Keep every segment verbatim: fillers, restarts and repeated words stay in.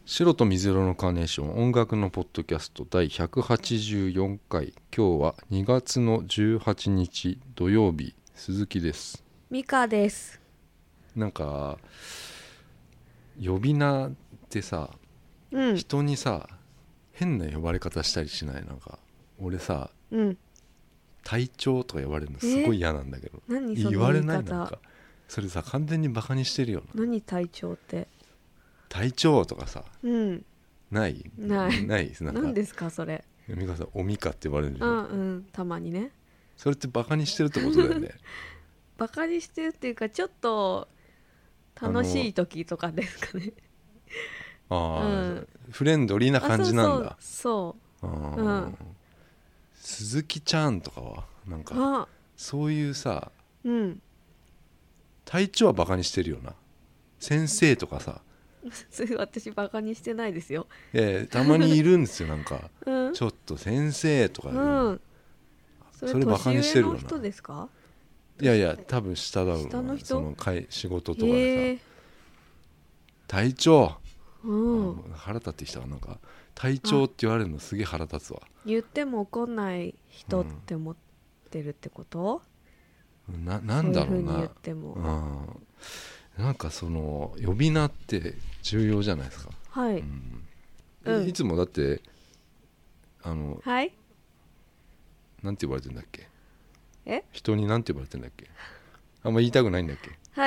白と水色のカーネーション音楽のポッドキャスト第ひゃくはちじゅうよんかい。今日はにがつのじゅうはちにち土曜日。鈴木です。 ミカです。 なんか呼び名ってさ、 うん、 人にさ変な呼ばれ方したりしない？なんか俺さ、 うん、 隊長とか呼ばれるのすごい嫌なんだけど。 何その言い方。 言われない？なんかそれさ完全にバカにしてるよな。 何隊長って。 隊長とかさ、 うん、 ないないないです。なんか何ですかそれ。 美香さんおみかって言われるんでしょ。 うんうん、たまにね。 それってバカにしてるってことだよね。 バカにしてるっていうか、ちょっと楽しい時とかですかね。 ああ、 うん、 フレンドリーな感じなんだ。 そうそうそう、 あ、 うん、 鈴木ちゃんとかはなんかあ、 そういうさ、 うん、 隊長はバカにしてるよな。先生とかさ、 それ私バカにしてないですよ。 えー、たまにいるんですよ。なんか、 うん、 ちょっと先生とかいう、 うん、それそれバカにしてるよな。 年上の人ですか？ いやいや多分下だろうな。 下の人？ その会仕事とかへでー、 さ、隊長、 うん、 腹立ってきたわ。なんか隊長って言われるのすげえ腹立つわ。 言っても怒んない人って思ってるってこと？ な, なんだろうな。 そういう風に言っても、 うん、なんかその呼び名って重要じゃないですか。 はい、 うんうん、 いつもだってあのはい、 なんて呼ばれてんだっけ。 え、 人になんて呼ばれてんだっけ。あんま言いたくないんだっけ。 はい。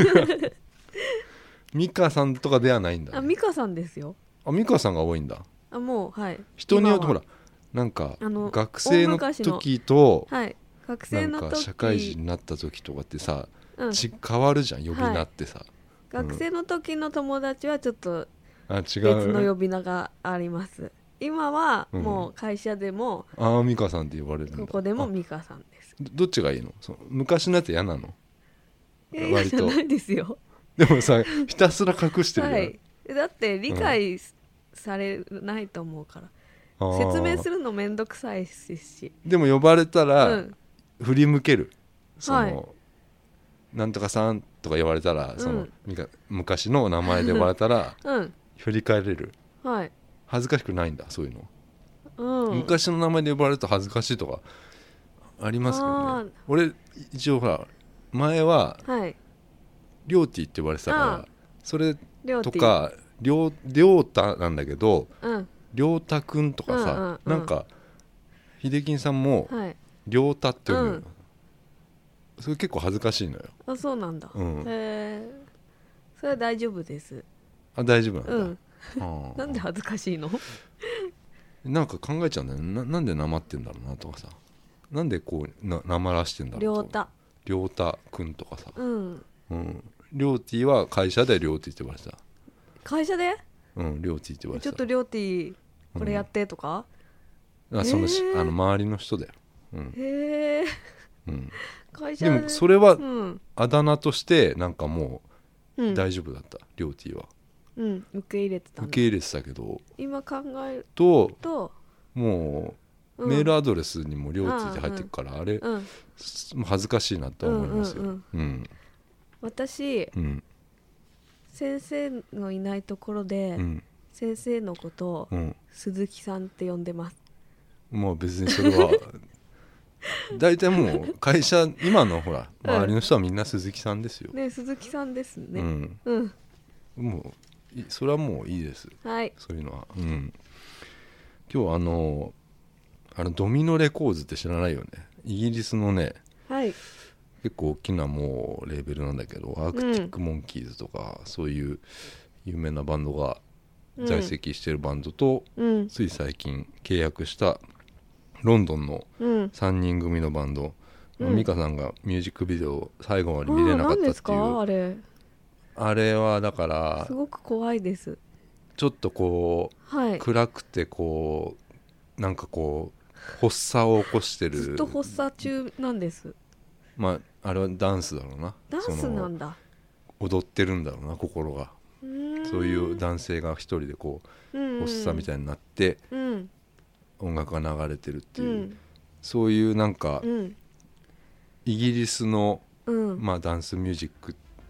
ミカさんとかではないんだ、ね、 あ、ミカさんですよ。 あ、ミカさんが多いんだ。 あ、もう、はい。 人によってほらなんかあの学生の大昔の時とはい、学なん生の時、 か社会人になった時とかってさ、 うん、 ち変わるじゃん呼び名ってさ、 学生の時の友達はちょっとあ違う別の呼び名があります。今はもう会社でも、 ああミカさんって呼ばれるんだ。 ここでもミカさんです。 ど, どっちがいいの？その昔のやつ嫌なの？ え、嫌じゃないですよ。 でもさひたすら隠してるから、はい、 だって理解されないと思うから、うん、説明するのめんどくさいし。でも呼ばれたら、 うん、 振り向ける。その、はい、なんとかさんとか言われたら、その、うん、昔の名前で呼ばれたら、うん、振り返れる、はい、恥ずかしくないんだそういうの、うん、昔の名前で呼ばれると恥ずかしいとかありますけどね。俺一応ほら前は、はい、りょうてぃって呼ばれてたからそれとかりょうたなんだけど、りょうたくんとかさ、うんうんうん、なんか秀樹さんもりょうたって呼ぶの、うん、それ結構恥ずかしいのよ。 あ、そうなんだ、うん、へえ、それは大丈夫です。 あ、大丈夫なんだ、うん、 あなんで恥ずかしいの？ なんか考えちゃうんだよね。 な, なんでなまってんだろうなとかさ、なんでこう な, なまらしてんだろうと。りょうたりょうたくんとかさ、うんうん、りょうてぃは会社でりょうてぃって言われてた。 会社で？ うん、りょうてぃって言われてた。 ちょっとりょうてぃこれやってとか、 うん、あそのあの周りの人だよ、うん、へえ、うん、会社 で, でもそれはあだ名としてなんかもう大丈夫だった、うん、りょうてぃは、 うん、受け入れてたんだ。 受け入れてたけど今考えると, ともう、うん、メールアドレスにもりょうてぃって入ってるから、あ, あれ、うん、もう恥ずかしいなと思いますよ、うんうんうんうん、 私、うん、先生のいないところで、うん、先生のことを、うん、鈴木さんって呼んでます。 もう別にそれは大体もう会社今のほら周りの人はみんな鈴木さんですよ、 ね、鈴木さんですね、 うんうん、もうそれはもういいです、 はい、 そういうのは、うん、今日あのあのドミノレコーズって知らないよね。イギリスのね、はい、結構大きなもうレーベルなんだけど、アークティックモンキーズとか、うん、そういう有名なバンドが在籍してるバンドと、うん、つい最近契約したロンドンのさんにん組のバンド、うん、美香さんがミュージックビデオを最後まで見れなかったっていう。何ですかあれ。あれはだからすごく怖いです。 ちょっとこう、はい、暗くてこうなんかこう発作を起こしてる。 ずっと発作中なんです。 まああれはダンスだろうな。 ダンスなんだ。 踊ってるんだろうな心が。そういう男性が一人でこう、うんうん、発作みたいになって、うん、音楽が流れてるっていう、うん、そういうなんか、うん、イギリスの、うん、まあ、ダンスミュージック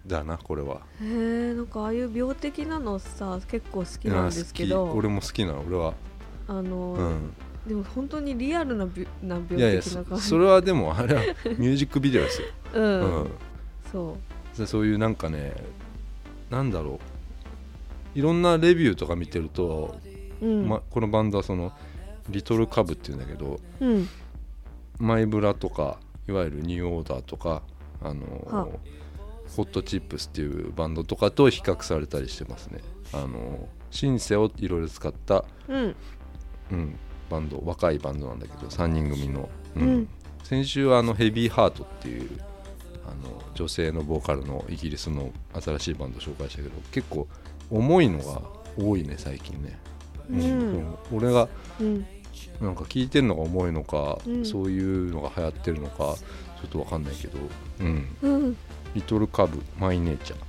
だなこれは。 へえ、なんかああいう病的なのさ結構好きなんですけど。 俺も好きなの俺は。 あの、うん、でも本当にリアルな病な病的な感じ。 いやいや そ, それはでもあれはミュージックビデオですよ。うん、うん、 そうそういうなんかね、なんだろう、いろんなレビューとか見てると、うんま、このバンドはそのリトルカブっていうんだけど、うん、マイブラとかいわゆるニューオーダーとかあのホットチップスっていうバンドとかと比較されたりしてますね。あのシンセをいろいろ使った、うんうん、バンド、若いバンドなんだけどさんにん組の、うんうん、先週はあのヘビーハートっていうあの女性のボーカルのイギリスの新しいバンドを紹介したけど、結構重いのが多いね最近ね、うんうん、俺がなんか聞いてるのが重いのか、うん、そういうのが流行ってるのかちょっと分かんないけど、うんうん、リトルカブマイネーチャー。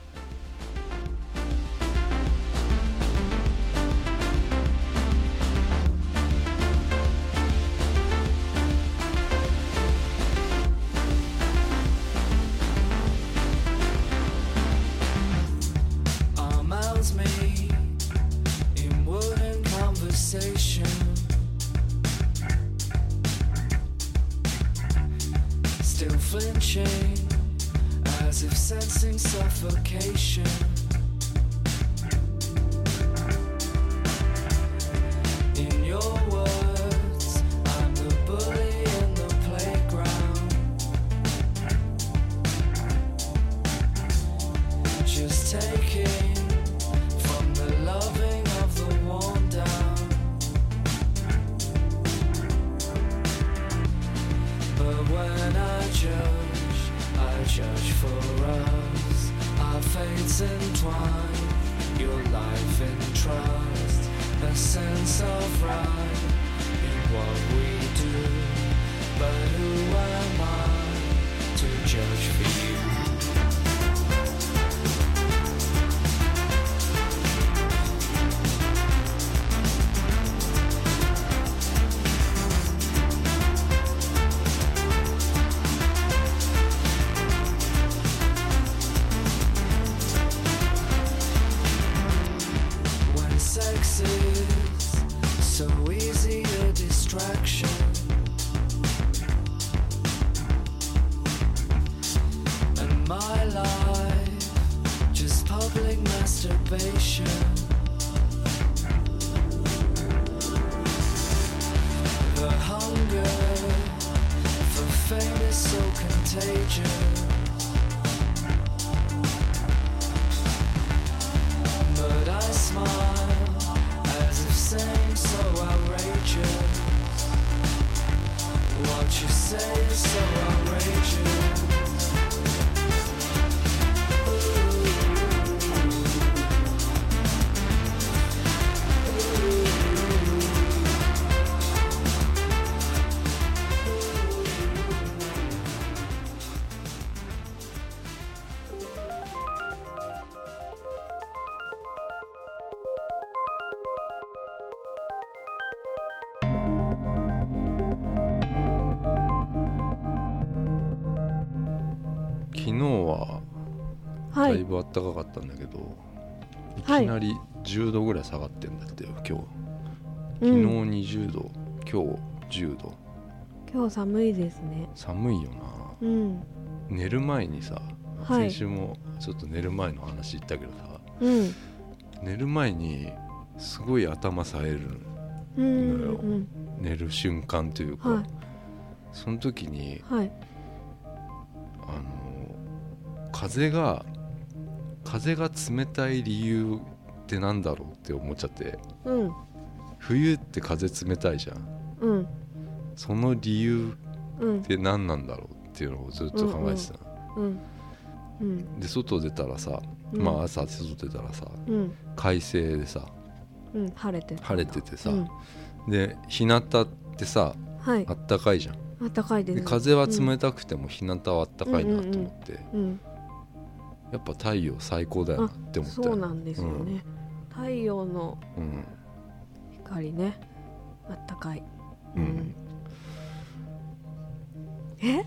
昨日はだいぶ暖かかったんだけど、はい、いきなりじゅうどぐらい下がってんだってよ今日。昨日にじゅうど、うん、今日じゅうど。 今日寒いですね。 寒いよな、うん、寝る前にさ、はい、先週もちょっと寝る前の話言ったけどさ、うん、寝る前にすごい頭冴えるのよ、うんうん、寝る瞬間というか、はい、その時に、はい、あの風が風が冷たい理由ってなんだろうって思っちゃって、うん、冬って風冷たいじゃん、うん、その理由って何なんだろうっていうのをずっと考えてた、うんうん、で外出たらさ、うん、まあ朝外出たらさ、うん、快晴でさ、 うん、晴れて晴れててさ、うん、で日向ってさ、はい、あったかいじゃん。 あったかいです。 で風は冷たくても日向はあったかいなと思って、うんうんうん、やっぱ太陽最高だよなって思った。 そうなんですよね、うん、太陽の光ね、あったかい、うんうん、えい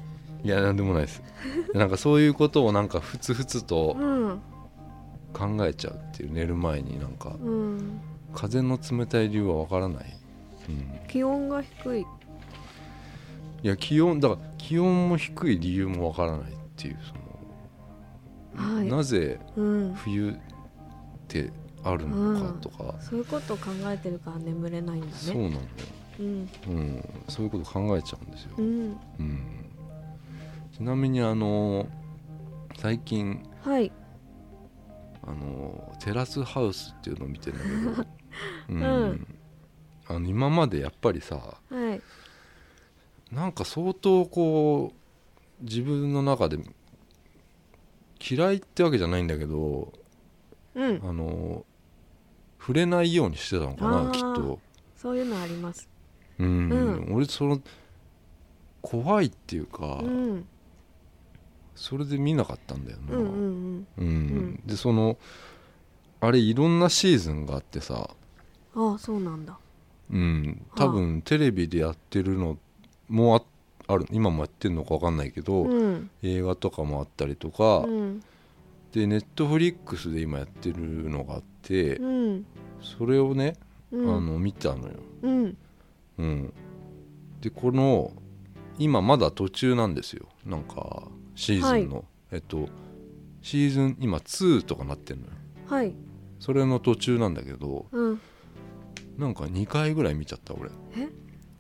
いやなんでもないですなんかそういうことをなんかふつふつと考えちゃうっていう、寝る前になんか、うん、風の冷たい理由はわからない、 うん、気温が低い。 いや気温だから気温も低い理由もわからないっていう、その、はい、なぜ冬ってあるのかとか、うんうん、そういうことを考えてるから眠れないんだね。 そうなんだよ、うんうん、そういうこと考えちゃうんですよ、うんうん、ちなみにあの最近、はい、あのテラスハウスっていうのを見てるんだけど、うんうん、あの今までやっぱりさ、はい、なんか相当こう自分の中で嫌いってわけじゃないんだけど、うん、あの触れないようにしてたのかな、きっと。 そういうのあります。 うん、うん、俺その怖いっていうか、うん、それで見なかったんだよな、うんうんうんうん、でそのあれいろんなシーズンがあってさ、 ああそうなんだ、 うん、多分テレビでやってるのも あ, ある今もやってるのか分かんないけど、うん、映画とかもあったりとか、うん、でネットフリックスで今やってるのがあって、うん、それをね、うん、あの見たのよ、うんうん、でこの今まだ途中なんですよ、なんかシーズンの、はい、えっとシーズン今にとかなってんのよ、はい、それの途中なんだけど、うん、なんかにかいぐらい見ちゃった俺。え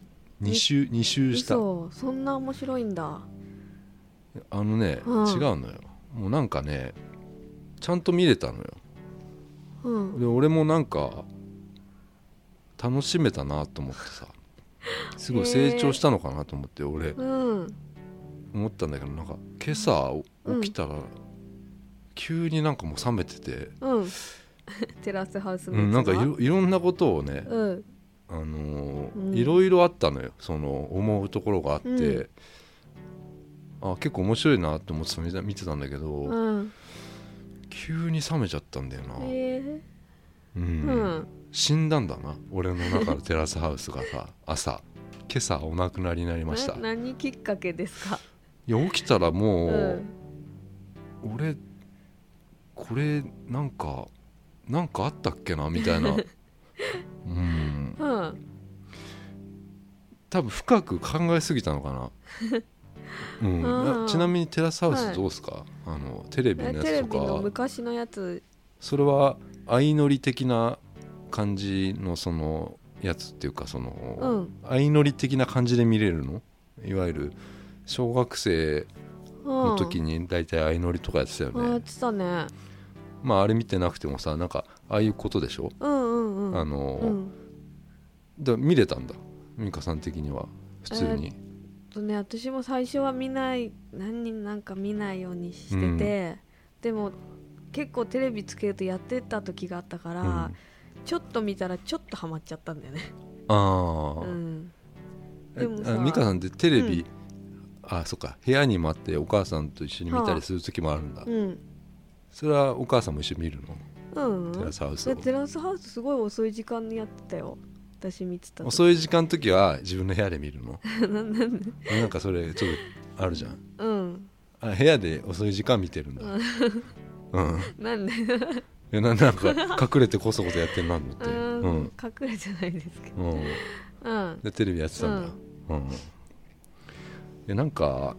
2周2周した。 嘘、そんな面白いんだ。 あのね、うん、違うのよ、もうなんかねちゃんと見れたのよ、うん、で俺もなんか楽しめたなと思ってさ、すごい成長したのかなと思って俺、うん、思ったんだけど、なんか今朝起きたら、うん、急になんかもう冷めてて、うん、 テラスハウスの、 うん、なんか い ろ, いろんなことをね、うん、あのーうん、いろいろあったのよ、その思うところがあって、うん、あ結構面白いなって思って見てたんだけど、うん、急に冷めちゃったんだよな、えーうんうん、死んだんだな俺の中のテラスハウスがさ朝今朝お亡くなりになりました。 何きっかけですか？ いや起きたらもう、うん、俺これなんかなんかあったっけなみたいなうん、うん、多分深く考えすぎたのかな、うん、ちなみにテラスハウスどうですか、はい、あのテレビのやつとか。テレビの昔のやつ、 それは相乗り的な感じのそのやつっていうか、その、うん、相乗り的な感じで見れるの？いわゆる小学生の時にだいたい相乗りとかやってたよね、うん、やってたね。まああれ見てなくてもさ、なんかああいうことでしょ、うんうんうん、あの、うん、だ見れたんだ美香さん的には普通に。えーっとね、 私も最初は見ない何人なんか見ないようにしてて、うん、でも結構テレビつけるとやってた時があったから、うん、ちょっと見たらちょっとハマっちゃったんだよね。ああ、うん、 でもさ美香さんってテレビ、うん、あそっか部屋に待ってお母さんと一緒に見たりする時もあるんだ、はあ、うん、それはお母さんも一緒に見るの？うん、テラスハウスを。 テラスハウスすごい遅い時間にやってたよ私見てた。 遅い時間の時は自分の部屋で見るの？なんでなんかそれちょっとあるじゃん、うん、あ部屋で遅い時間見てるんだ、うん、なんでな, なんか隠れてこそこそやってるなと思って、うん、 隠れてないですけど、うんうん、でテレビやってたんだ、うんうん、でなんか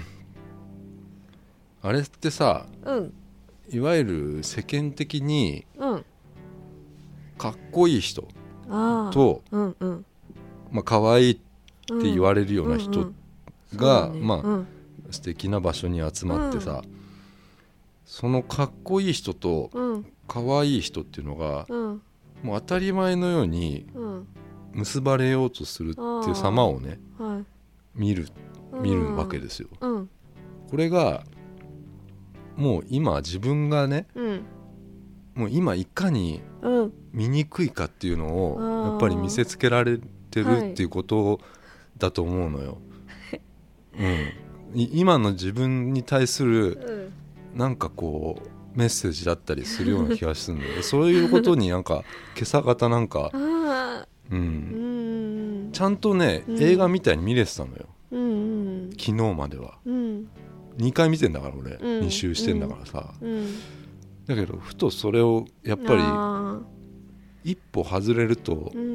あれってさ、うん、いわゆる世間的にかっこいい人と、うんうんまあ、可愛いって言われるような人が、うんうんね、まあ、うん、素敵な場所に集まってさ、うん、そのかっこいい人と可愛い人っていうのが、うん、もう当たり前のように結ばれようとするっていう様をね、はい、見る見るわけですよ、うん、これがもう今自分がね、うん、もう今いかに醜いかっていうのをやっぱり見せつけられてるっていうことだと思うのよ、はいうん、今の自分に対するなんかこうメッセージだったりするような気がするんだよそういうことになんか今朝方なんか、うん、ちゃんとね、うん、映画みたいに見れてたのよ、うんうん、 昨日までは、 うん、 にかい見てんだから俺、 うん、 に周してんだからさ、 うん、 だけどふとそれをやっぱり一歩外れると、うん、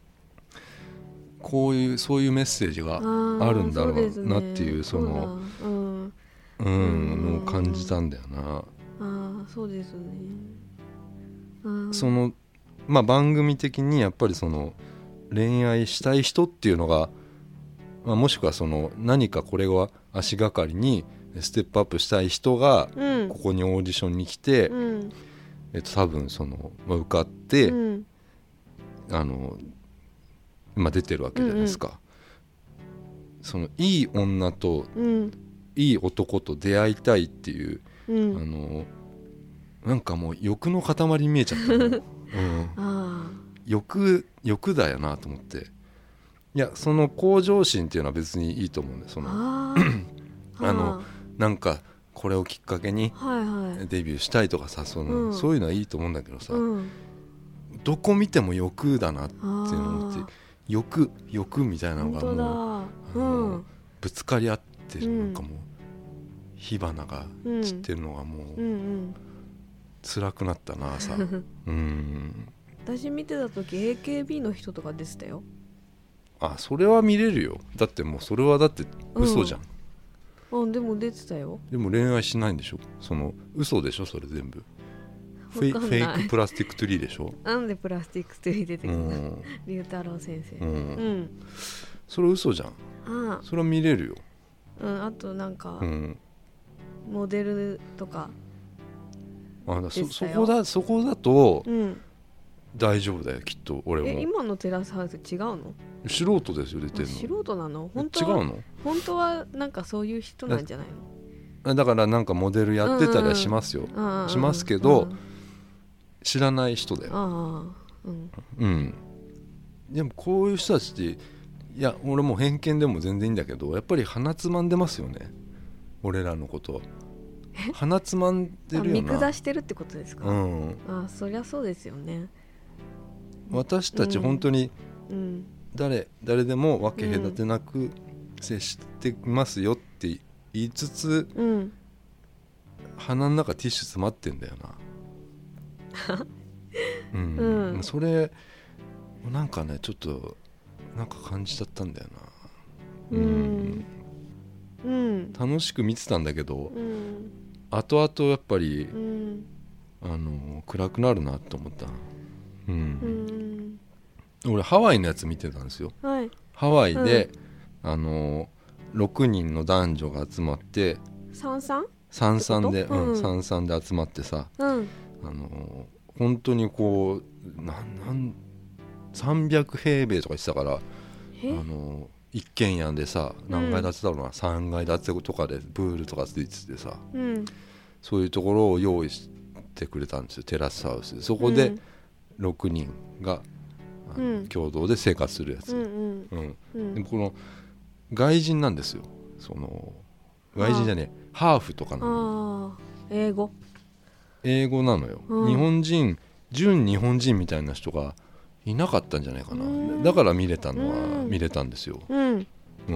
こういうそういうメッセージがあるんだろうなっていう、そのうん、うん、のを感じたんだよな。 あ、そうですね。 そのまあ番組的にやっぱりその恋愛したい人っていうのが、まあ、もしくはその何かこれは足がかりにステップアップしたい人がここにオーディションに来て、うん、えっと、多分その、まあ、受かって、うん、あのまあ、出てるわけじゃないですか、うんうん、そのいい女と、うん、いい男と出会いたいっていう、うん、あのなんかもう欲の塊に見えちゃったの、うん、あ、欲欲だよなと思って、いやその向上心っていうのは別にいいと思うんだよ。そのああのなんかこれをきっかけにデビューしたいとかさ、その、うん、そういうのはいいと思うんだけどさ、うん、どこ見ても欲だなっていうのを思って、欲欲みたいなのがもう、あの、うん、ぶつかり合ってる、なんかもう火花が散ってるのがもう、うんうん、辛くなったなさうん、 私見てた時 エーケービー の人とか出てたよ。 あ、それは見れるよ。だってもうそれはだって嘘じゃん、 うん、あ、でも出てたよ。 でも恋愛しないんでしょ、その嘘でしょそれ全部。フェイ、フェイクプラスティックトゥリーでしょ。なんでプラスティックトゥリー出てくるの、龍太郎先生、うんうん、 それ嘘じゃん。ああ、それは見れるよ、 うん、あとなんか、うん、モデルとか、 あだ そ, そ, こだそこだと、うん、大丈夫だよきっと。俺もえ今のテラスハウス違うの？ 素人ですよ出てるの。 素人なの？本当は違うの？本当はなんかそういう人なんじゃないの？ だからなんかモデルやってたりはしますよ、うんうん、しますけど、うん、知らない人だよ。あ、うん、うん、でもこういう人たちって、いや俺も偏見でも全然いいんだけど、やっぱり鼻つまんでますよね俺らのこと。鼻つまんでるよな。 見下してるってことですか？うん、あ、そりゃそうですよね。 私たち本当に 誰,、うん、誰でも分け隔てなく接してますよって言いつつ、うん、鼻の中ティッシュ詰まってんだよな、うんうん、それなんかねちょっとなんか感じちゃったんだよな、うんうん、楽しく見てたんだけど、うん、後々やっぱり、うん、あの暗くなるなと思った。うん、うん、俺ハワイのやつ見てたんですよ、はい、ハワイで、うん、あのろくにんの男女が集まって三三三三で、うんうん、三三で集まってさ、うん、あの本当にこうなんなんさんびゃくへいべいとか言ってたから、あの一軒家でさ何階建てだろうな、うん、さんがい建てとかでプールとかついててさ、うん、そういうところを用意してくれたんですよテラスハウスで。そこでろくにんが、うん、共同で生活するやつ、うんうんうん、でもこの外人なんですよ。その外人じゃねえハーフとかなの。 あ、英語英語なのよ、うん、日本人純日本人みたいな人がいなかったんじゃないかな、うん、だから見れたのは見れたんですよ、うんうんうん、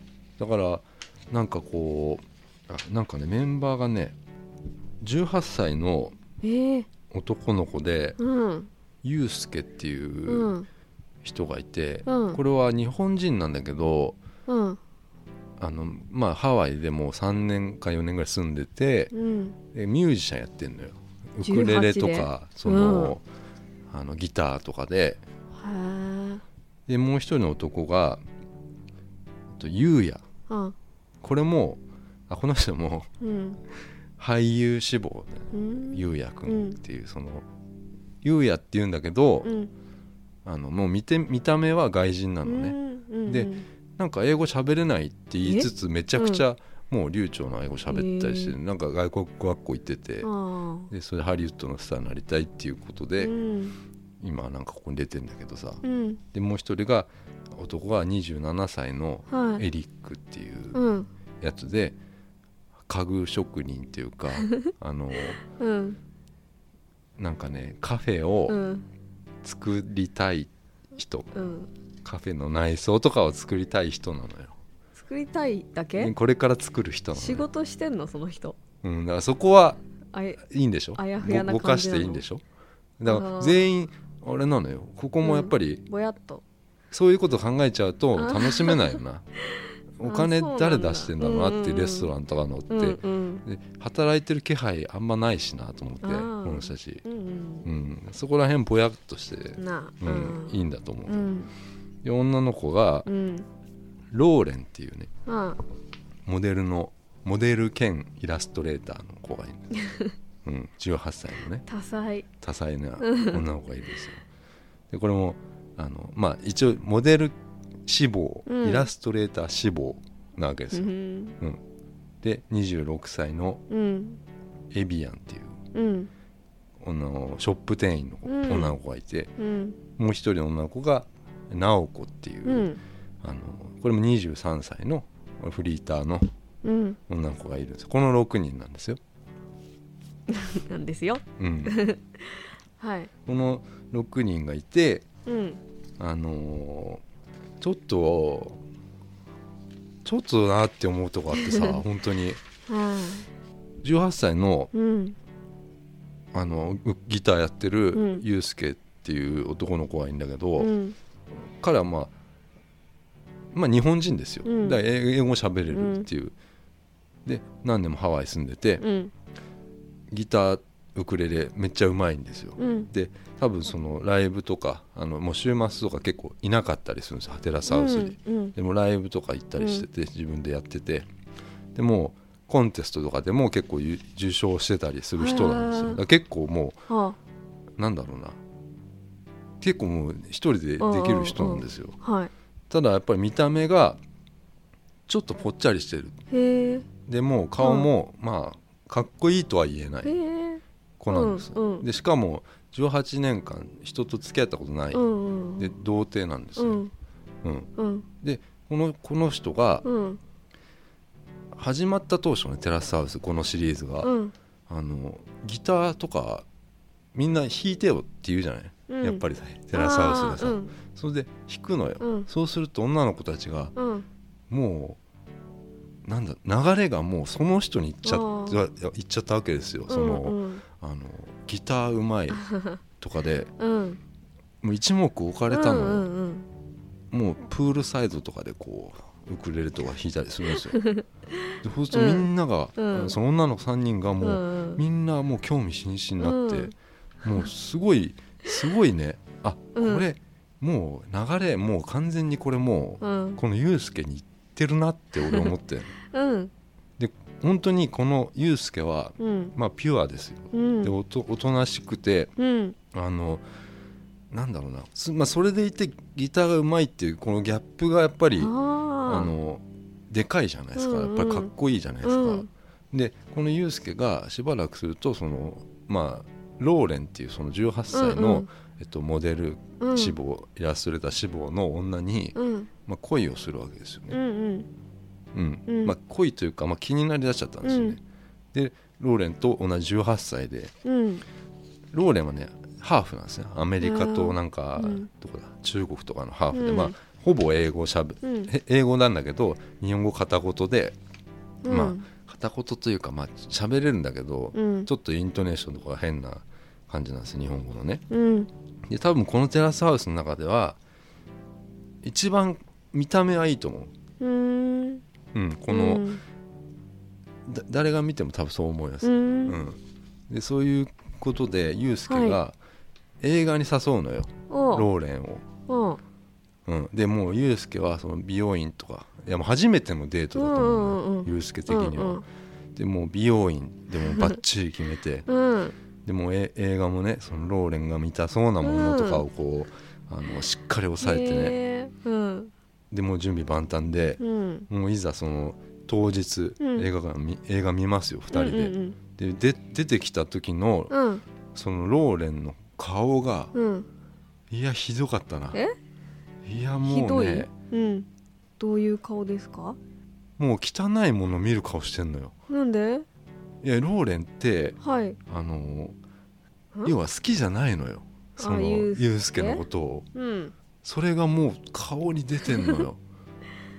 だからなんかこうあなんかねメンバーがねじゅうはっさいの男の子で、えーうん、ユウスケっていう人がいて、うん、これは日本人なんだけど、うん、あのまあ、ハワイでもうさんねんかよねんぐらい住んでて、うん、ミュージシャンやってんのよ。ウクレレとかその、うん、あのギターとかで、でもう一人の男がユウヤ、うん、これもあこの人も、うん、俳優志望、ね、ユウヤくんっていう、そのユウヤって言うんだけど、うん、あのもう 見, て見た目は外人なのね、うんうんうん、でなんか英語喋れないって言いつつめちゃくちゃもう流暢な英語喋ったりして、なんか外国語学校行ってて、でそれでハリウッドのスターになりたいっていうことで、うん、今なんかここに出てんだけどさ、うん、でもう一人が男がにじゅうななさいのエリックっていうやつで、家具職人っていうかあの、うん、なんかねカフェを作りたい人、うん、カフェの内装とかを作りたい人なのよ。 作りたいだけ、 これから作る人なの、ね、 仕事してんのその人、 うん、だからそこはいいんでしょ、 あやふやなごかしていいんでしょ。だから全員あれなのよ、ここもやっぱり、 うん、ぼやっとそういうこと考えちゃうと楽しめないよなお金誰出してんだろうなっていうレストランとかのって、うんうん、で働いてる気配あんまないしなと思って、この人たち、うんうんうん、そこら辺ぼやっとしてな、うん、いいんだと思う、うん、で女の子が、うん、ローレンっていうね、うん、モデルのモデル兼イラストレーターの子がいるうん、じゅうはっさいのね多彩多彩な女の子がいるんですよでこれもあの、まあ、一応モデル志望、うん、イラストレーター志望なわけですよ、うんうん、でにじゅうろくさいのエビアンっていう、うん、女のショップ店員の女の子がいて、うん、もう一人の女の子が直子っていう、うん、あのこれもにじゅうさんさいのフリーターの女の子がいるんですよ。このろくにんなんですよなんですよ、うんはい、このろくにんがいて、うん、あのーちょっとちょっとなって思うとこあってさ本当にじゅうはっさいの、うん、あのギターやってるユウスケっていう男の子がいるんだけど、うん、彼はまあまあ日本人ですよ、うん、だから英語喋れるっていう、うん、で何年もハワイ住んでて、うん、ギターウクレレめっちゃうまいんですよ、うん、で多分そのライブとかあのもう週末とか結構いなかったりするんですよテラスハウスに、うんうん、でもライブとか行ったりしてて、うん、自分でやっててでもコンテストとかでも結構受賞してたりする人なんですよ。だから結構もう、はあ、なんだろうな結構もう一人でできる人なんですよ、はい、ただやっぱり見た目がちょっとぽっちゃりしてるへでも顔も、はあ、まあかっこいいとは言えない子なんです、うんうん、でしかもじゅうはちねんかん人と付き合ったことない、うんうん、で童貞なんですよ、うんうんうん、でこの、この人が、うん、始まった当初ねテラスハウスこのシリーズが、うん、あのギターとかみんな弾いてよって言うじゃない、うん、やっぱりテラスハウスでさ、うん、それで弾くのよ、うん、そうすると女の子たちが、うん、もうなんだ流れがもうその人に行っちゃった、行っちゃったわけですよ、その、うんうん、あのギターうまいとかで、うん、もう一目置かれたのよ、うんうんうん、もうプールサイドとかでこうウクレレとか弾いたりするんですよでそうするとみんなが、うん、その女の子さんにんがもう、うん、みんなもう興味津々になって、うん、もうすごいすごいねあ、うん、これもう流れもう完全にこれもう、うん、このユウスケに行ってるなって俺思って、うん、で本当にこのユウスケは、うんまあ、ピュアですよ、うん、でおとおとなしくて、うん、あのなんだろうな、まあ、それでいてギターがうまいっていうこのギャップがやっぱりあのでかいじゃないですか、うんうん、やっぱりかっこいいじゃないですか、うん、でこのユウスケがしばらくするとその、まあ、ローレンっていうそのじゅうはっさいの、うんうんえっと、モデル志望、うん、イラストレーター志望の女に、うんまあ、恋をするわけですよね、うんうんうんうんまあ、恋というか、まあ、気になりだしちゃったんですよね、うん、でローレンと同じじゅうはっさいで、うん、ローレンはねハーフなんですねアメリカとなんか、うん、どこだ中国とかのハーフで、うんまあ、ほぼ英語しゃべ、うん、英語なんだけど日本語片言で、うんまあ、片言というか、まあ、喋れるんだけど、うん、ちょっとイントネーションとか変な感じなんです日本語のね、うん、で多分このテラスハウスの中では一番見た目はいいと思う、うんうん、この、うん、だ誰が見ても多分そう思います、うんうん、でそういうことでユウスケが映画に誘うのよ、はい、ローレンを、うん、でもうユウスケはその美容院とかいやもう初めてのデートだと思うの、うんうん、ユウスケ的には、うんうん、でもう美容院でもバッチリ決めて、うんでもえ映画もねそのローレンが見たそうなものとかをこう、うん、あのしっかり押さえてね、うん、でもう準備万端で、うん、もういざその当日、うん、映画館映画見ますよふたりで、うんうんうん、で, で出てきた時の、うん、そのローレンの顔が、うん、いやひどかったな。えいやもうねひどい、うん、 どういう顔ですか？ もう汚いもの見る顔してんのよ。 なんで？ いやローレンって、はい、あの要は好きじゃないのよそのユウスケのことを、うん、それがもう顔に出てんのよ、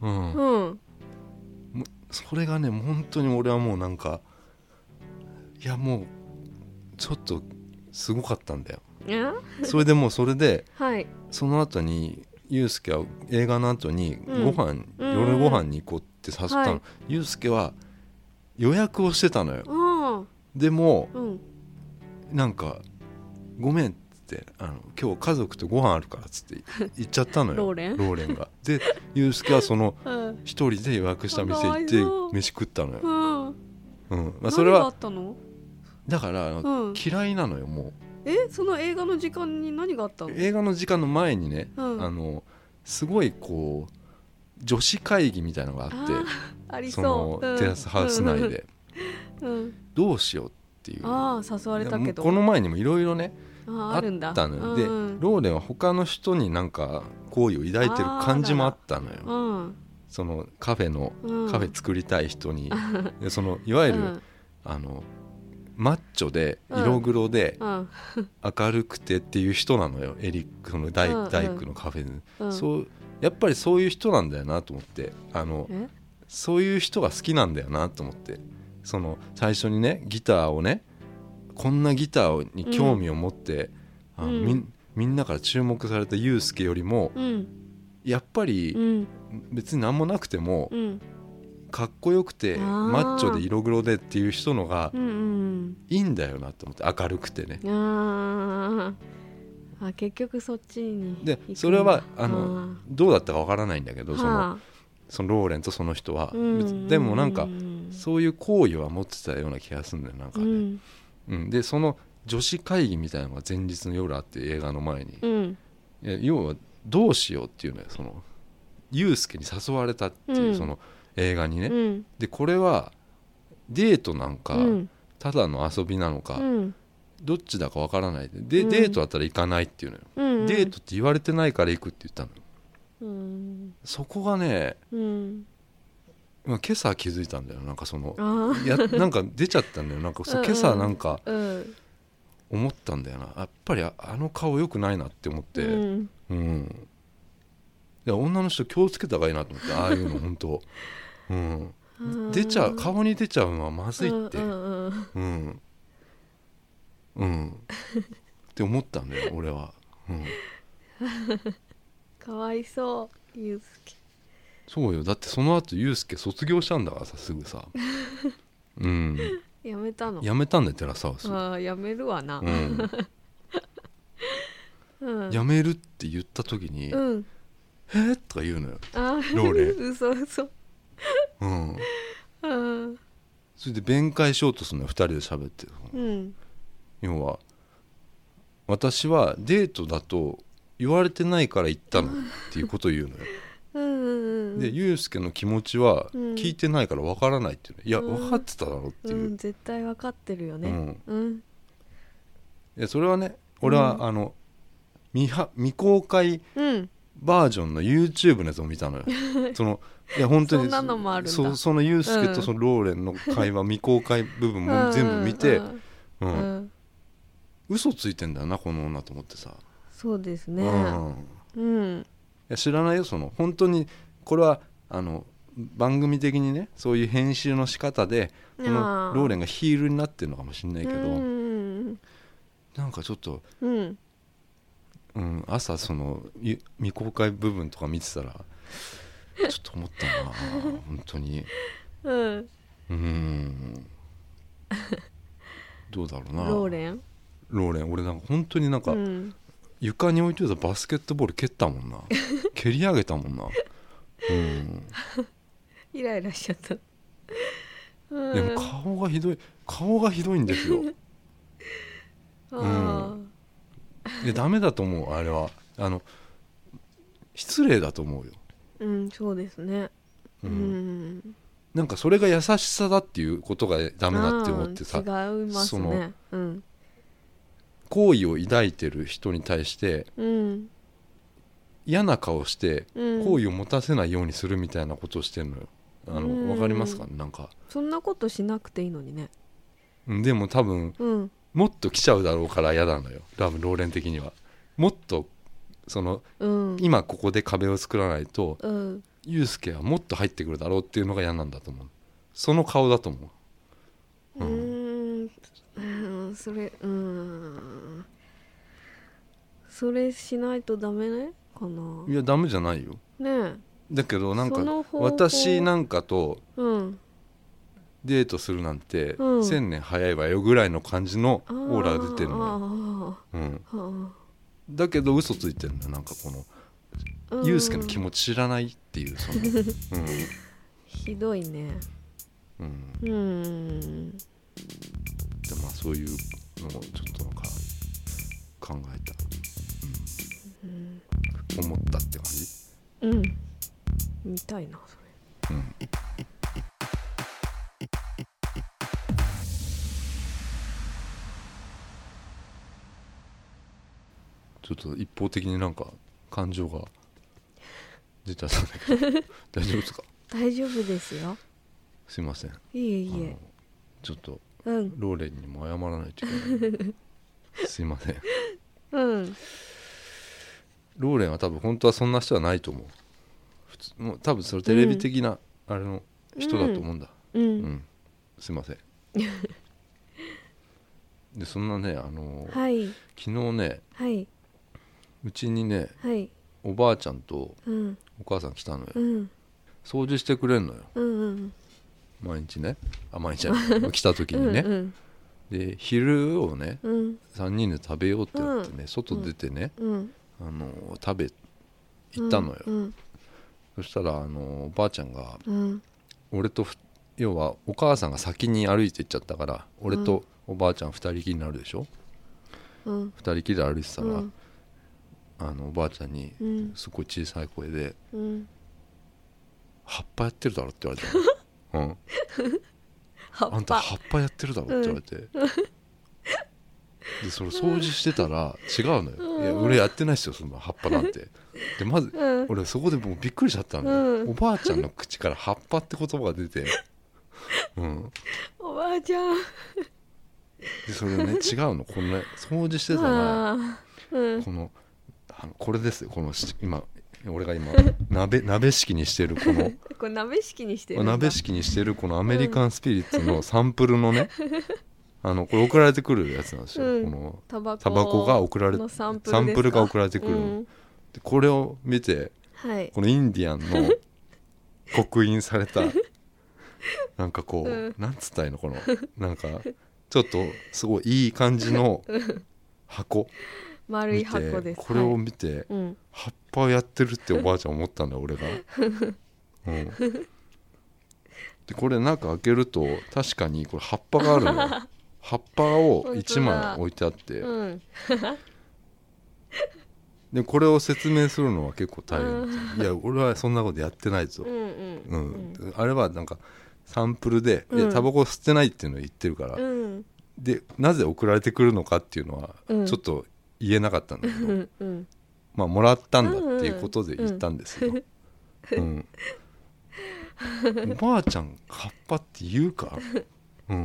うん、うん、それがね本当に俺はもうなんかいやもうちょっとすごかったんだよそれでもうそれで、はい、その後にユうスケは映画の後にご飯、うん、夜ご飯に行こうって誘ったの、はい、ユうスケは予約をしてたのよ、うん、でも、うん、なんかごめんってあの今日家族とご飯あるからっつって行っちゃったのよローレンローレンがでユうスケはその一人で予約した店行って飯食ったのよ、うんうんまあ、それは何があったのだから、うん、嫌いなのよもうえその映画の時間に何があったの映画の時間の前にね、うん、あのすごいこう女子会議みたいなのがあってありそうその、うん、テラスハウス内で、うん、どうしようっていうあ誘われたけどこの前にもいろいろねあったのよ、うんうん、でローレンは他の人になんか好意を抱いてる感じもあったのよ、うん、そのカフェの、うん、カフェ作りたい人にでそのいわゆる、うん、あのマッチョで色黒で明るくてっていう人なのよエリックその大、うんうん、大工のカフェに、うん、そうやっぱりそういう人なんだよなと思ってあのそういう人が好きなんだよなと思ってその最初にねギターをねこんなギターに興味を持って、うん、あの み, みんなから注目されたユうスケよりも、うん、やっぱり、うん、別に何もなくても、うん、かっこよくてマッチョで色黒でっていう人のがいいんだよなと思って明るくてねああ結局そっちにでそれはあのどうだったかわからないんだけどそのそのローレンとその人はでもなんかそういう好意は持ってたような気がするんだよなんかね、うんうん、でその女子会議みたいなのが前日の夜あって映画の前に、うん、いや要はどうしようっていうのよそのユうスケに誘われたっていう、うん、その映画にね、うん、でこれはデートなんか、うん、ただの遊びなのか、うん、どっちだかわからないで、で、うん、デートだったら行かないっていうのよ、うんうん、デートって言われてないから行くって言ったのよ、うん、そこがね、うん今朝気づいたんだよなんかそのやなんか出ちゃったんだよなんかそ今朝なんか思ったんだよなやっぱり あ, あの顔良くないなって思って、うんうん、いや女の人気をつけた方がいいなと思ってああいうの本当、うん、出ちゃう顔に出ちゃうのはまずいってうんうんうんって思ったんだよ俺は、うん、 かわいそうユうスケそうよだってその後ユうスケ卒業したんだからさすぐさうんやめたのやめたんだよテラスハウスあやめるわな、 うんうん、やめるって言った時に、うん、えー、とか言うのよあローレン嘘嘘うん、 うん、それで弁解しようとするのよふたりで喋って、うん、要は私はデートだと言われてないから言ったのっていうことを言うのようんうんうん、でユうスケの気持ちは聞いてないから分からないっていう、ね、いや、うん、分かってただろっていう、うん、 絶対分かってるよね、うんうん、 いやそれはね俺は、うん、あの 未, 未公開バージョンの YouTube のやつを見たのよ、うん、そのいや本当にそんなのもあるんだそ, そのユうスケとそのローレンの会話、うん、未公開部分も全部見て、うんうんうん、嘘ついてんだよなこの女と思ってさそうですねうん、うんいや知らないよその本当にこれはあの番組的にねそういう編集の仕方でこのローレンがヒールになってるのかもしれないけどなんかちょっと、うんうん、朝その未公開部分とか見てたらちょっと思ったな本当にうんうんどうだろうなローレンローレン俺なんか本当になんか、うん床に置いてたバスケットボール蹴ったもんな蹴り上げたもんな、うん、 イライラしちゃった、 うん、でも顔がひどい顔がひどいんですようん、いやダメだと思うあれはあの失礼だと思うようんそうですねうん、うん、 なんかそれが優しさだっていうことがダメだって思ってさ違いますねうん好意を抱いてる人に対して、うん、嫌な顔して好意を持たせないようにするみたいなことをしてるのよあの、うん、分かりますかねなんかそんなことしなくていいのにねでも多分、うん、もっと来ちゃうだろうから嫌なのよ多分ローレン的にはもっとその、うん、今ここで壁を作らないと、うん、 ユうスケはもっと入ってくるだろうっていうのが嫌なんだと思う。その顔だと思う。うん、うん、それうんそれしないとダメねかな。 いやダメじゃないよねえ。 だけどなんか私なんかとデートするなんて千年早いわよぐらいの感じのオーラが出てるのよ、うん、だけど嘘ついてるんだよ。なんかこのユうスケの気持ち知らないっていうその、うん、 ひどいね。うん、うんでまあそういうのをちょっとなんか考えた、うん、思ったって感じ。 うん見たいなそれ、うん、 ちょっと一方的になんか感情が出ちゃったんだけど大丈夫ですか？ 大丈夫ですよ。 すいません。 いえいえ。 ちょっと、 うん、 ローレンにも謝らないといけないすいません。 うんローレンは多分本当はそんな人はないと思う。普通もう多分それテレビ的なあれの人だと思うんだ、 うん、 うん、すいませんでそんなねあのーはい、昨日ね、はい、うちにね、はい、おばあちゃんとお母さん来たのよ、うん、掃除してくれんのよ、うんうん、毎日ねあ毎日来た時にねうん、うん、で昼をね、うん、さんにんで食べようってなってね、うん、外出てね、うん、あのー、食べ行ったのよ、うんうん、そしたらあのー、おばあちゃんが、うん、俺と要はお母さんが先に歩いて行っちゃったから俺とおばあちゃんふたりきりになるでしょ、うん、ふたりきりで歩いてたら、うん、あのおばあちゃんにすごい小さい声で、うん、葉っぱやってるだろって言われたの、うん、あんた葉っぱやってるだろって言われて、うん、でそれ掃除してたら違うのよ、うん、いや俺やってないっすよそんな葉っぱなんてでまず、うん、俺そこでもうびっくりしちゃったのよ、うん、おばあちゃんの口から葉っぱって言葉が出てうん、 おばあちゃんでそれね違うのこのね掃除してたら、うん、このあのこれですよこの今俺が今鍋鍋敷にしてるこのこれ鍋敷にしてるんだ鍋敷にしてるこのアメリカンスピリッツのサンプルのね、うん、あのこれ送られてくるやつなんですよ、うん、このタバコが送られてサンプルが送られてくる、うん、でこれを見て、はい、このインディアンの刻印されたなんかこう、うん、なんつったらいいのこのなんかちょっとすごいいい感じの箱丸い箱です。 これを見て、はい、葉っぱをやってるっておばあちゃん思ったんだ俺が、うん、でこれ中開けると確かにこれ葉っぱがあるのよ葉っぱをいちまい置いてあって、うん、でこれを説明するのは結構大変、うん、いや俺はそんなことやってないぞ、うんうんうん、あれはなんかサンプルで、うん、いやタバコ吸ってないっていうのを言ってるから、うん、でなぜ送られてくるのかっていうのはちょっと言えなかったんだけど、うんうん、まあもらったんだっていうことで言ったんですよ、うんうん、おばあちゃん葉っぱって言うか、うん、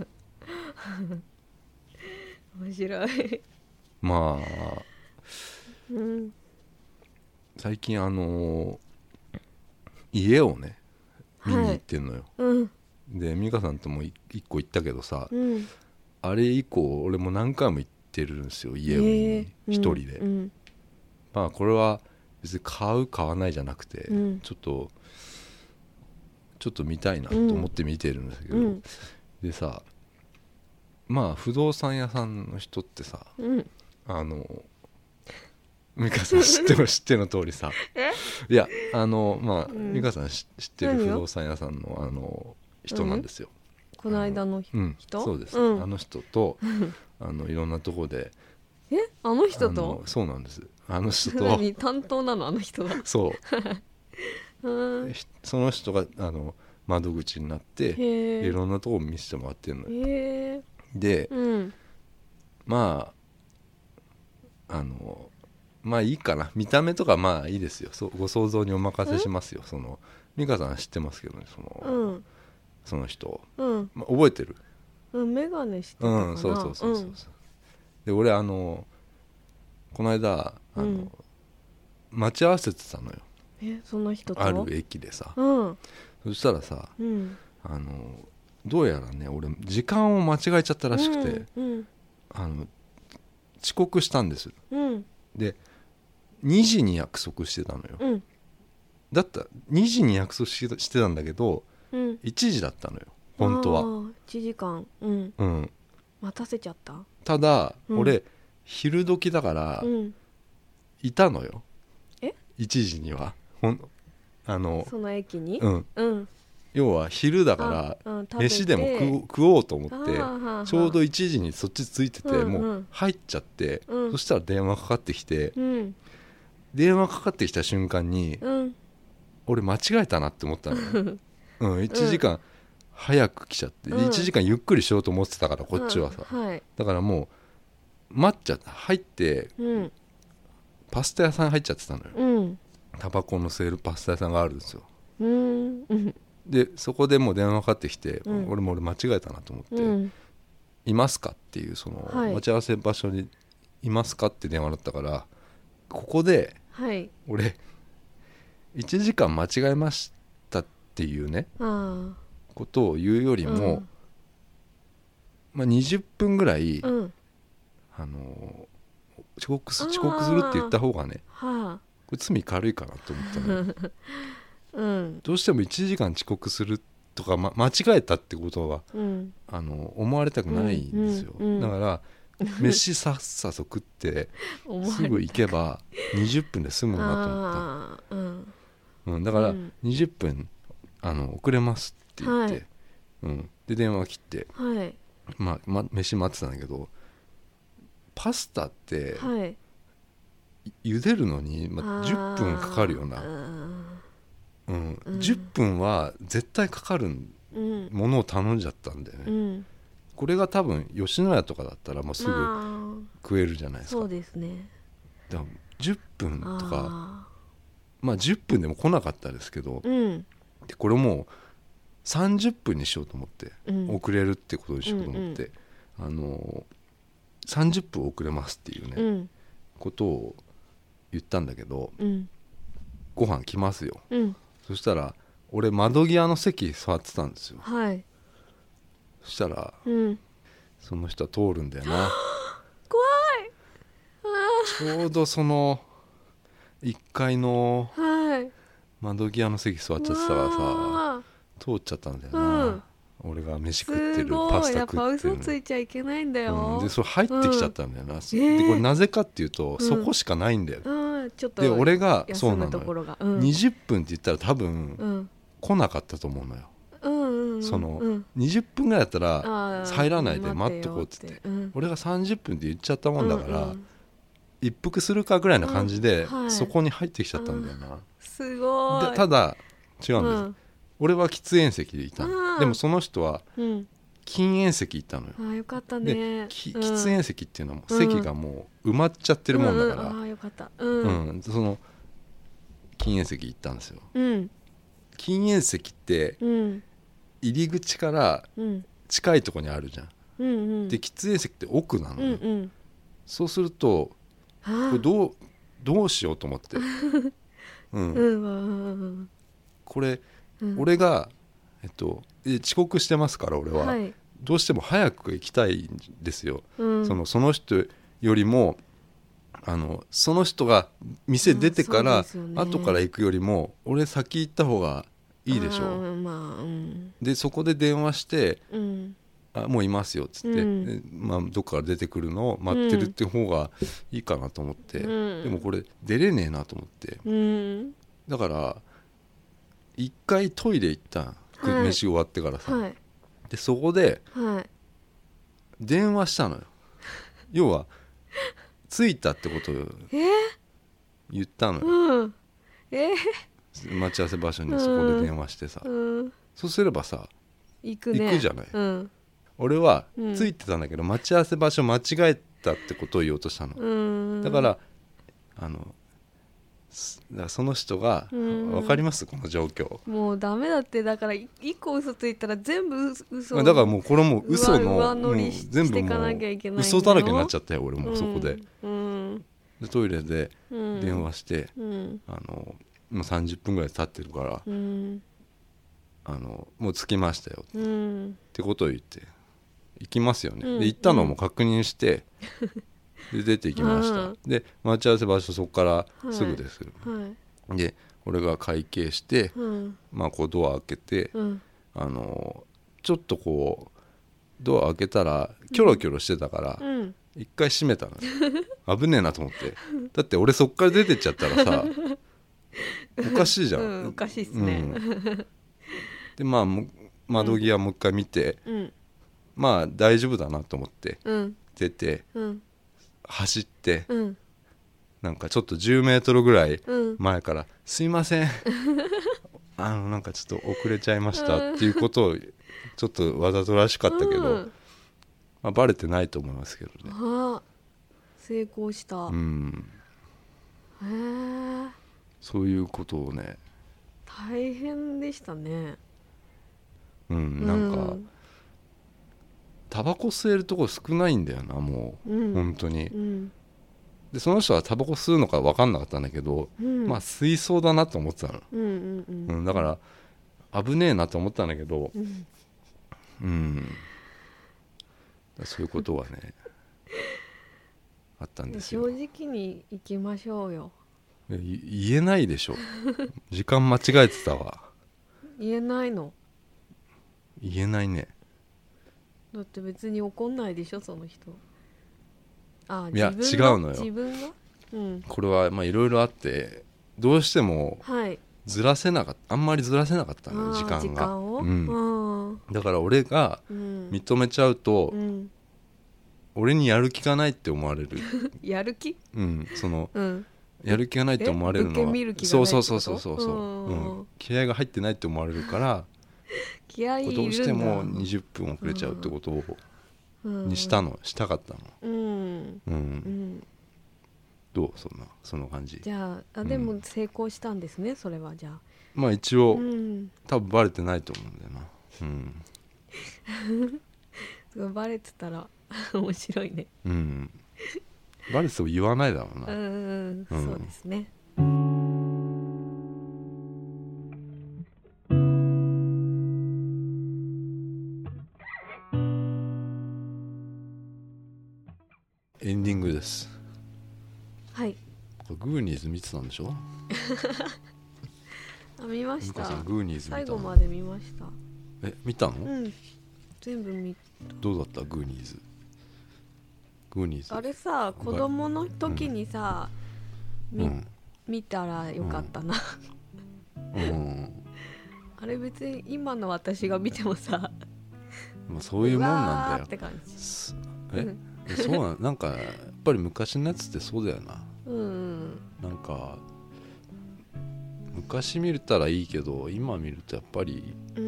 面白いまあ、うん、最近あのー、家をね見に行ってんのよ、はい、うん、で美香さんとも一個行ったけどさ、うん、あれ以降俺も何回も行ってるんですよ家を見に一人で、うんうん、まあこれは別に買う買わないじゃなくて、うん、ちょっとちょっと見たいなと思って見てるんですけど、うん、でさまあ不動産屋さんの人ってさ、うん、あの美香さん知っての知っての通りさいやあのまあ、うん、美香さん知ってる不動産屋さんのあの人なんですよ、 うん、この間の人、うん、 そうです、うん、あの人とあのいろんなとこでえあの人とのそうなんですあの人と何担当なのあの人がそううんその人があの窓口になっていろんなとこ見せてもらってるのよへで、うん、まああのまあいいかな見た目とかまあいいですよそご想像にお任せしますよその美香さん知ってますけどねその、うん、その人、うんまあ、覚えてるうんメガネしてたかなうんそうそうそうそう、うん、で俺あのこの間あの、うん、待ち合わせてたのよえその人とある駅でさ、 うん、 そしたらさ、 うん、 あのどうやらね俺時間を間違えちゃったらしくて、 うんうん、 あの遅刻したんです、 うん、 でにじに約束してたのよ、 うん、 だったにじに約束してた、してたんだけど、うん、いちじだったのよ本当は。 いちじかん、うんうん、待たせちゃった。 ただ、うん、俺昼時だから、うん、いたのよ。 えいちじにはほんあのその駅に、 うんうん、要は昼だから、うん、飯でも 食, 食おうと思ってちょうどいちじにそっち着いてて、うんうん、もう入っちゃって、うん、そしたら電話かかってきて、うん、電話かかってきた瞬間に、うん、俺間違えたなって思ったのよ、うん、いちじかん早く来ちゃって、うん、いちじかんゆっくりしようと思ってたからこっちはさ、うんはい、だからもう待っちゃった入って、うん、パスタ屋さん入っちゃってたのよ、うん、タバコの吸えるパスタ屋さんがあるんですよ、うん、でそこでもう電話かかってきて、うん、俺も俺間違えたなと思って、うん、いますかっていうその、はい、待ち合わせ場所にいますかって電話だったから、ここで、はい、俺いちじかん間違えましたっていうねあことを言うよりも、うんまあ、にじゅっぷんぐらい、うん、あの遅刻す、遅刻するって言った方がね、はあ、これ罪軽いかなと思ったのうん、どうしてもいちじかん遅刻するとか、ま、間違えたってことは、うん、あの思われたくないんですよ、うんうんうん、だから飯さっさと食ってすぐ行けばにじゅっぷんで済むなと思った、うんうん、だからにじゅっぷんあの遅れますって言って、はいうん、で電話切って、はいまあま、飯待ってたんだけど、パスタって、はい、茹でるのに、まあ、じゅっぷんかかるよな、うんうん、じゅっぷんは絶対かかるものを頼んじゃったんだよね、うん、これが多分吉野家とかだったらもうすぐ食えるじゃないですか、まあ、そうですね。だからじゅっぷんとかまあじゅっぷんでも来なかったですけど、うん、でこれもうさんじゅっぷんにしようと思って、うん、遅れるってことにしようと思って、うんうん、あのさんじゅっぷん遅れますっていうね、うん、ことを言ったんだけど、うん、ご飯来ますよ、うん、そしたら俺窓際の席座ってたんですよ、はい、そしたら、うん、その人は通るんだよな怖いちょうどそのいっかいの窓際の席座っちゃってたからさ通っちゃったんだよな、うん、俺が飯食ってるパスタ食ってる、やっぱ嘘ついちゃいけないんだよ、 うん、でそれ入ってきちゃったんだよな、うん、でこれなぜかっていうと、うん、そこしかないんだよ、うん、ちょっとで俺がそうなのよ、うん、にじゅっぷんって言ったら多分、うん、来なかったと思うのよ、うんうんうん、その、うん、にじゅっぷんぐらいだったら入らないで待っとこうって言って、うん、俺がさんじゅっぷんって言っちゃったもんだから、うんうん、一服するかぐらいな感じで、うんはい、そこに入ってきちゃったんだよな、うん、 すごい。 でただ違うんです、うん、俺は喫煙席でいたの、でもその人は禁煙席行ったのよ、 あよかったね。で、 うん、喫煙席っていうのはもう席がもう埋まっちゃってるもんだから、うんうん、あよかった、うんうん、その禁煙席行ったんですよ、うん、禁煙席って、うん、入り口から近いところにあるじゃん、うんうん、で喫煙席って奥なのよ、うんうん、そうするとこれどう、どうしようと思って、うんうん、これ、うん、俺が、えっと、遅刻してますから俺は、はい、どうしても早く行きたいんですよ、うん、その、その人よりもあのその人が店出てから、うん、後から行くよりも俺先行った方がいいでしょう、まあうん、でそこで電話して、うん、あもういますよっつって、うんまあ、どっから出てくるのを待ってるって方がいいかなと思って、うん、でもこれ出れねえなと思って、うん、だから一回トイレ行ったん、はい、飯終わってからさ、はい、でそこで電話したのよ、要は着いたってことを言ったのよ、うんえー、待ち合わせ場所にそこで電話してさ、うん、そうすればさ行くね、行くじゃない、うん、俺は着いてたんだけど、うん、待ち合わせ場所間違えたってことを言おうとしたの、うん、だからあのだからその人が、うん、分かりますこの状況、 もうダメだって、だから一個嘘ついたら全部嘘、 だからもうこれも嘘の上乗りしていかなきゃいけない、嘘だらけになっちゃったよ俺もそこで、うん、でトイレで電話して、うん、あのもうさんじゅっぷんぐらい経ってるから、うん、あのもう着きましたよ、うん、ってことを言って行きますよね、うん、で行ったのも確認して、うん、で出て行きました、うん、で待ち合わせ場所そこからすぐです、はいはい、で俺が会計して、うん、まあこうドア開けて、うん、あのちょっとこうドア開けたらキョロキョロしてたから、うん、一回閉めたの危ねえなと思ってだって俺そっから出てっちゃったらさおかしいじゃん、うん、 おかしいっすね、うん、 でまあ窓際もう一回見て、うん、まあ大丈夫だなと思って、うん、出て、うん、走って、うん、なんかちょっとじゅうメートルぐらい前から、うん、すいませんあのなんかちょっと遅れちゃいましたっていうことをちょっとわざとらしかったけど、うんまあ、バレてないと思いますけどね。 あ成功した、うん、へえそういうことをね大変でしたね。 うんなんか、うん、タバコ吸えるところ少ないんだよなもう、うん、本当に、うん、でその人はタバコ吸うのか分かんなかったんだけど、うん、まあ吸いそうだなと思ってたの、うんうんうんうん、だから危ねえなと思ったんだけど、うんうん、そういうことはねあったんですよ。 正直に行きましょうよ。 言えないでしょ時間間違えてたわ。 言えないの？ 言えないね。 だって別に怒んないでしょその人。あいや違うのよ。 自分が、うん、 これはまあいろいろあってどうしてもずらせなかった、あんまりずらせなかったの、時間が。時間を、うん、だから俺が認めちゃうと、うん、俺にやる気がないって思われるやる気？ うんその、うん、やる気がないって思われるのはそうそうそうそうそうそう、うん、気合が入ってないって思われるから気合いいるんだ。 どうしてもにじゅっぷん遅れちゃうってことを、うん、にしたのしたかったの、うんうんうん、どうそんなその感じ。 じゃあ、あでも成功したんですね、うん、それはじゃあまあ一応、うん、多分バレてないと思うんだよな、 うん、バレてたら面白いね、うん、 バレてても言わないだろうな。うん、 うん、そうですね。 エンディングです。 はい。 これグーニーズ見てたんでしょあ見ました。 グーニーズ見たの？ 最後まで見ました。 え見たの？ うん全部見た。 どうだったグーニーズ？グーニーズあれさ子供の時にさ、うん、見たらよかったな、うんうん、あれ別に今の私が見てもさまあそういうもんなんだよって感じ。 えそうなんなんかやっぱり昔のやつってそうだよな、うん、なんか昔見れたらいいけど今見るとやっぱり、うん、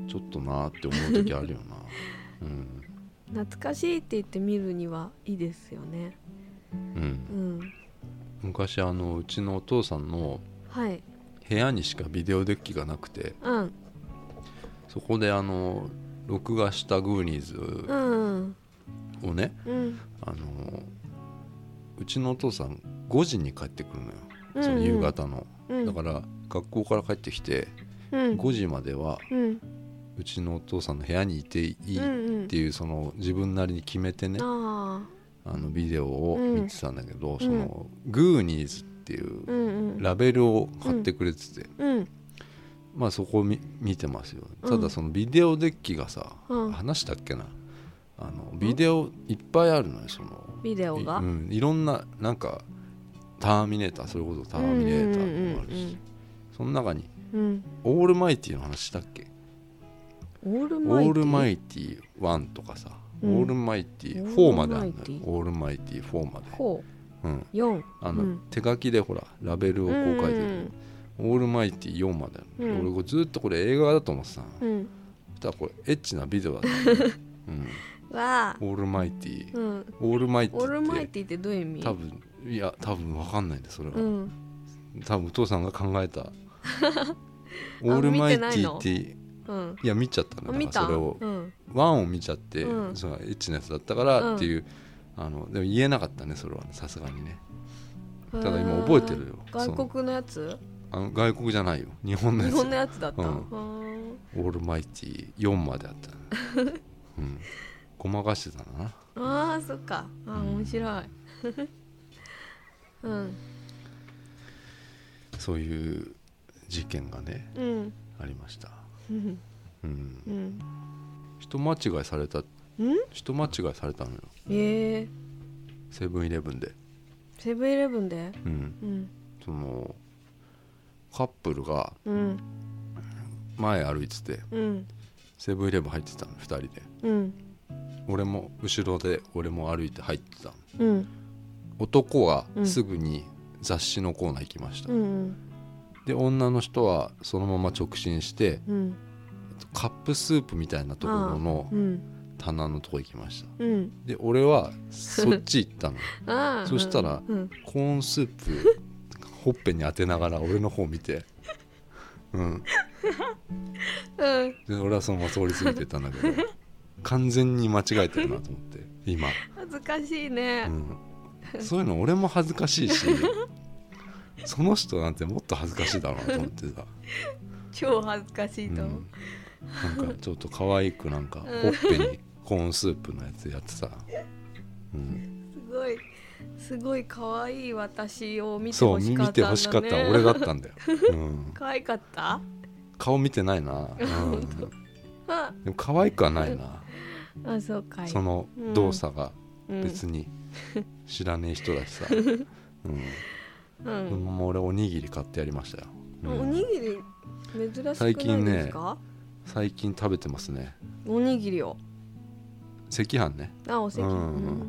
ちょっとなって思う時あるよな、うん、 懐かしいって言って見るにはいいですよね、うんうん、 昔あのうちのお父さんの部屋にしかビデオデッキがなくて、うん、そこであの録画したグーニーズをね、うん、あのうちのお父さんごじに帰ってくるのよ、うんうん、その夕方の、うん、だから学校から帰ってきて、うん、ごじまでは、うん、うちのお父さんの部屋にいていいっていう、うんうん、その自分なりに決めてね、ああのビデオを見てたんだけど、うん、そのグーニーズっていうラベルを買ってくれてて、うんうん、まあそこを 見, 見てますよ。ただそのビデオデッキがさ、うん、話したっけな、あのビデオいっぱいあるのよ。そのビデオがい,、うん、いろんななんかターミネーター、それこそターミネーターもあるし、うんうんうんうん、その中に、うん、オールマイティの話したっけ？ オールマイティ、 オールマイティワンとかさ、うん、オールマイティフォーまであるのよ。オールマイティフォーまで、 うん、よんあの、うん、手書きでほらラベルをこう書いてる、うん、オールマイティよんまである、うん、俺ずっとこれ映画だと思ってたの、うん、そしたらこれエッチなビデオだった、ねうん、わオールマイティ、うん、オールマイティってオールマイティってどういう意味？多分いや多分分かんないんだそれは、うん、多分お父さんが考えたオールマイティってうん、いや見ちゃったんだからそれを、うん、ワンを見ちゃって、うん、そのエッチなやつだったからっていう、うん、あのでも言えなかったねそれはさすがにね。ただ今覚えてるよ。 外国のやつ？ あの外国じゃないよ、日本のやつ。 日本のやつだった、うん、 オールマイティーよんまであった、ねうん、ごまかしてたんだな。 ああそっか、あ面白いうんそういう事件がね、うん、ありました、うんうん、人間違いされた人間違いされたのよ。 ええセブンイレブンでセブンイレブンで、 うんうん、そのカップルが前歩いてて、うん、セブンイレブン入ってたのふたりで、うん、俺も後ろで俺も歩いて入ってたの、うん、男はすぐに雑誌のコーナー行きました、うん、で女の人はそのまま直進して、うん、カップスープみたいなところの棚のとこ行きました、うん、で俺はそっち行ったのそしたら、うん、コーンスープほっぺに当てながら俺の方見てうん、うん、で俺はそのまま通り過ぎてったんだけど完全に間違えてるなと思って今恥ずかしいね、 うん、そういうの俺も恥ずかしいしその人なんてもっと恥ずかしいだろうなと思ってさ超恥ずかしいと思う、 うん、なんかちょっと可愛くなんかほっぺにコーンスープのやつやってさ、うん、 すごいすごい可愛い私を見てほしかったんだね。そう見てほしかった俺だったんだよ、うん、 可愛かった？ 顔見てないな、うん、でも可愛くはないなあそうかい。 その動作が別に知らねえ人だしさ、うんうん、もう俺おにぎり買ってやりましたよ、 うん、おにぎり珍しくないですか？ 最近ね最近食べてますねおにぎりを。 赤飯ね。 あお赤飯、うんうん、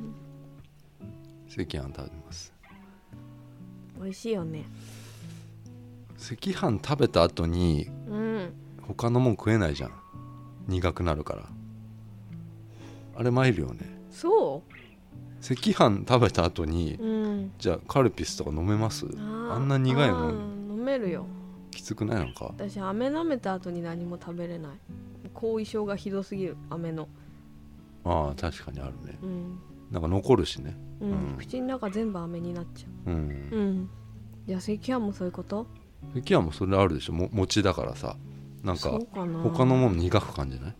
赤飯食べてます。 美味しいよね。 赤飯食べた後に、うん、他のもん食えないじゃん、苦くなるから。あれ参るよね。 そう？ 赤飯食べた後に、うん、じゃあカルピスとか飲めます？ あ, あんな苦いもん飲めるよ。 きつくないのか？ 私飴舐めた後に何も食べれない。後遺症がひどすぎる飴の。 ああ確かにあるね、うん、なんか残るしね、 うんうん、口の中全部飴になっちゃう、うんうん、じゃあ赤飯もそういうこと？ 赤飯もそれあるでしょ、も餅だからさ、なんか他のもの苦く感じない？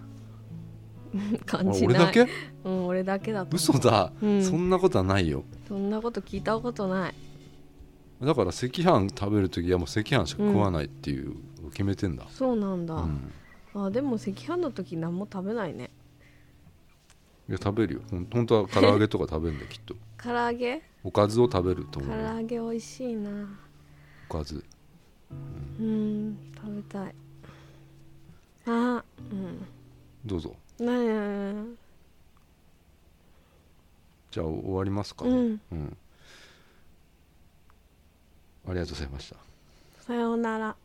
感じない。 俺だけ？ うん、俺だけだと思う。 嘘だ、うん、そんなことはないよ。 そんなこと聞いたことない。 だから赤飯食べるときはもう赤飯しか食わないっていう、うん、決めてんだ。 そうなんだ、うん、あでも赤飯の時何も食べないね。 いや食べるよ、ほん本当は唐揚げとか食べるんだよきっと。 唐揚げ？ おかずを食べると思う。 唐揚げ美味しいな。 おかず、 うん、うん食べたい。あうんどうぞ。 なやじゃあ終わりますかね、うんうん、ありがとうございました。 さようなら。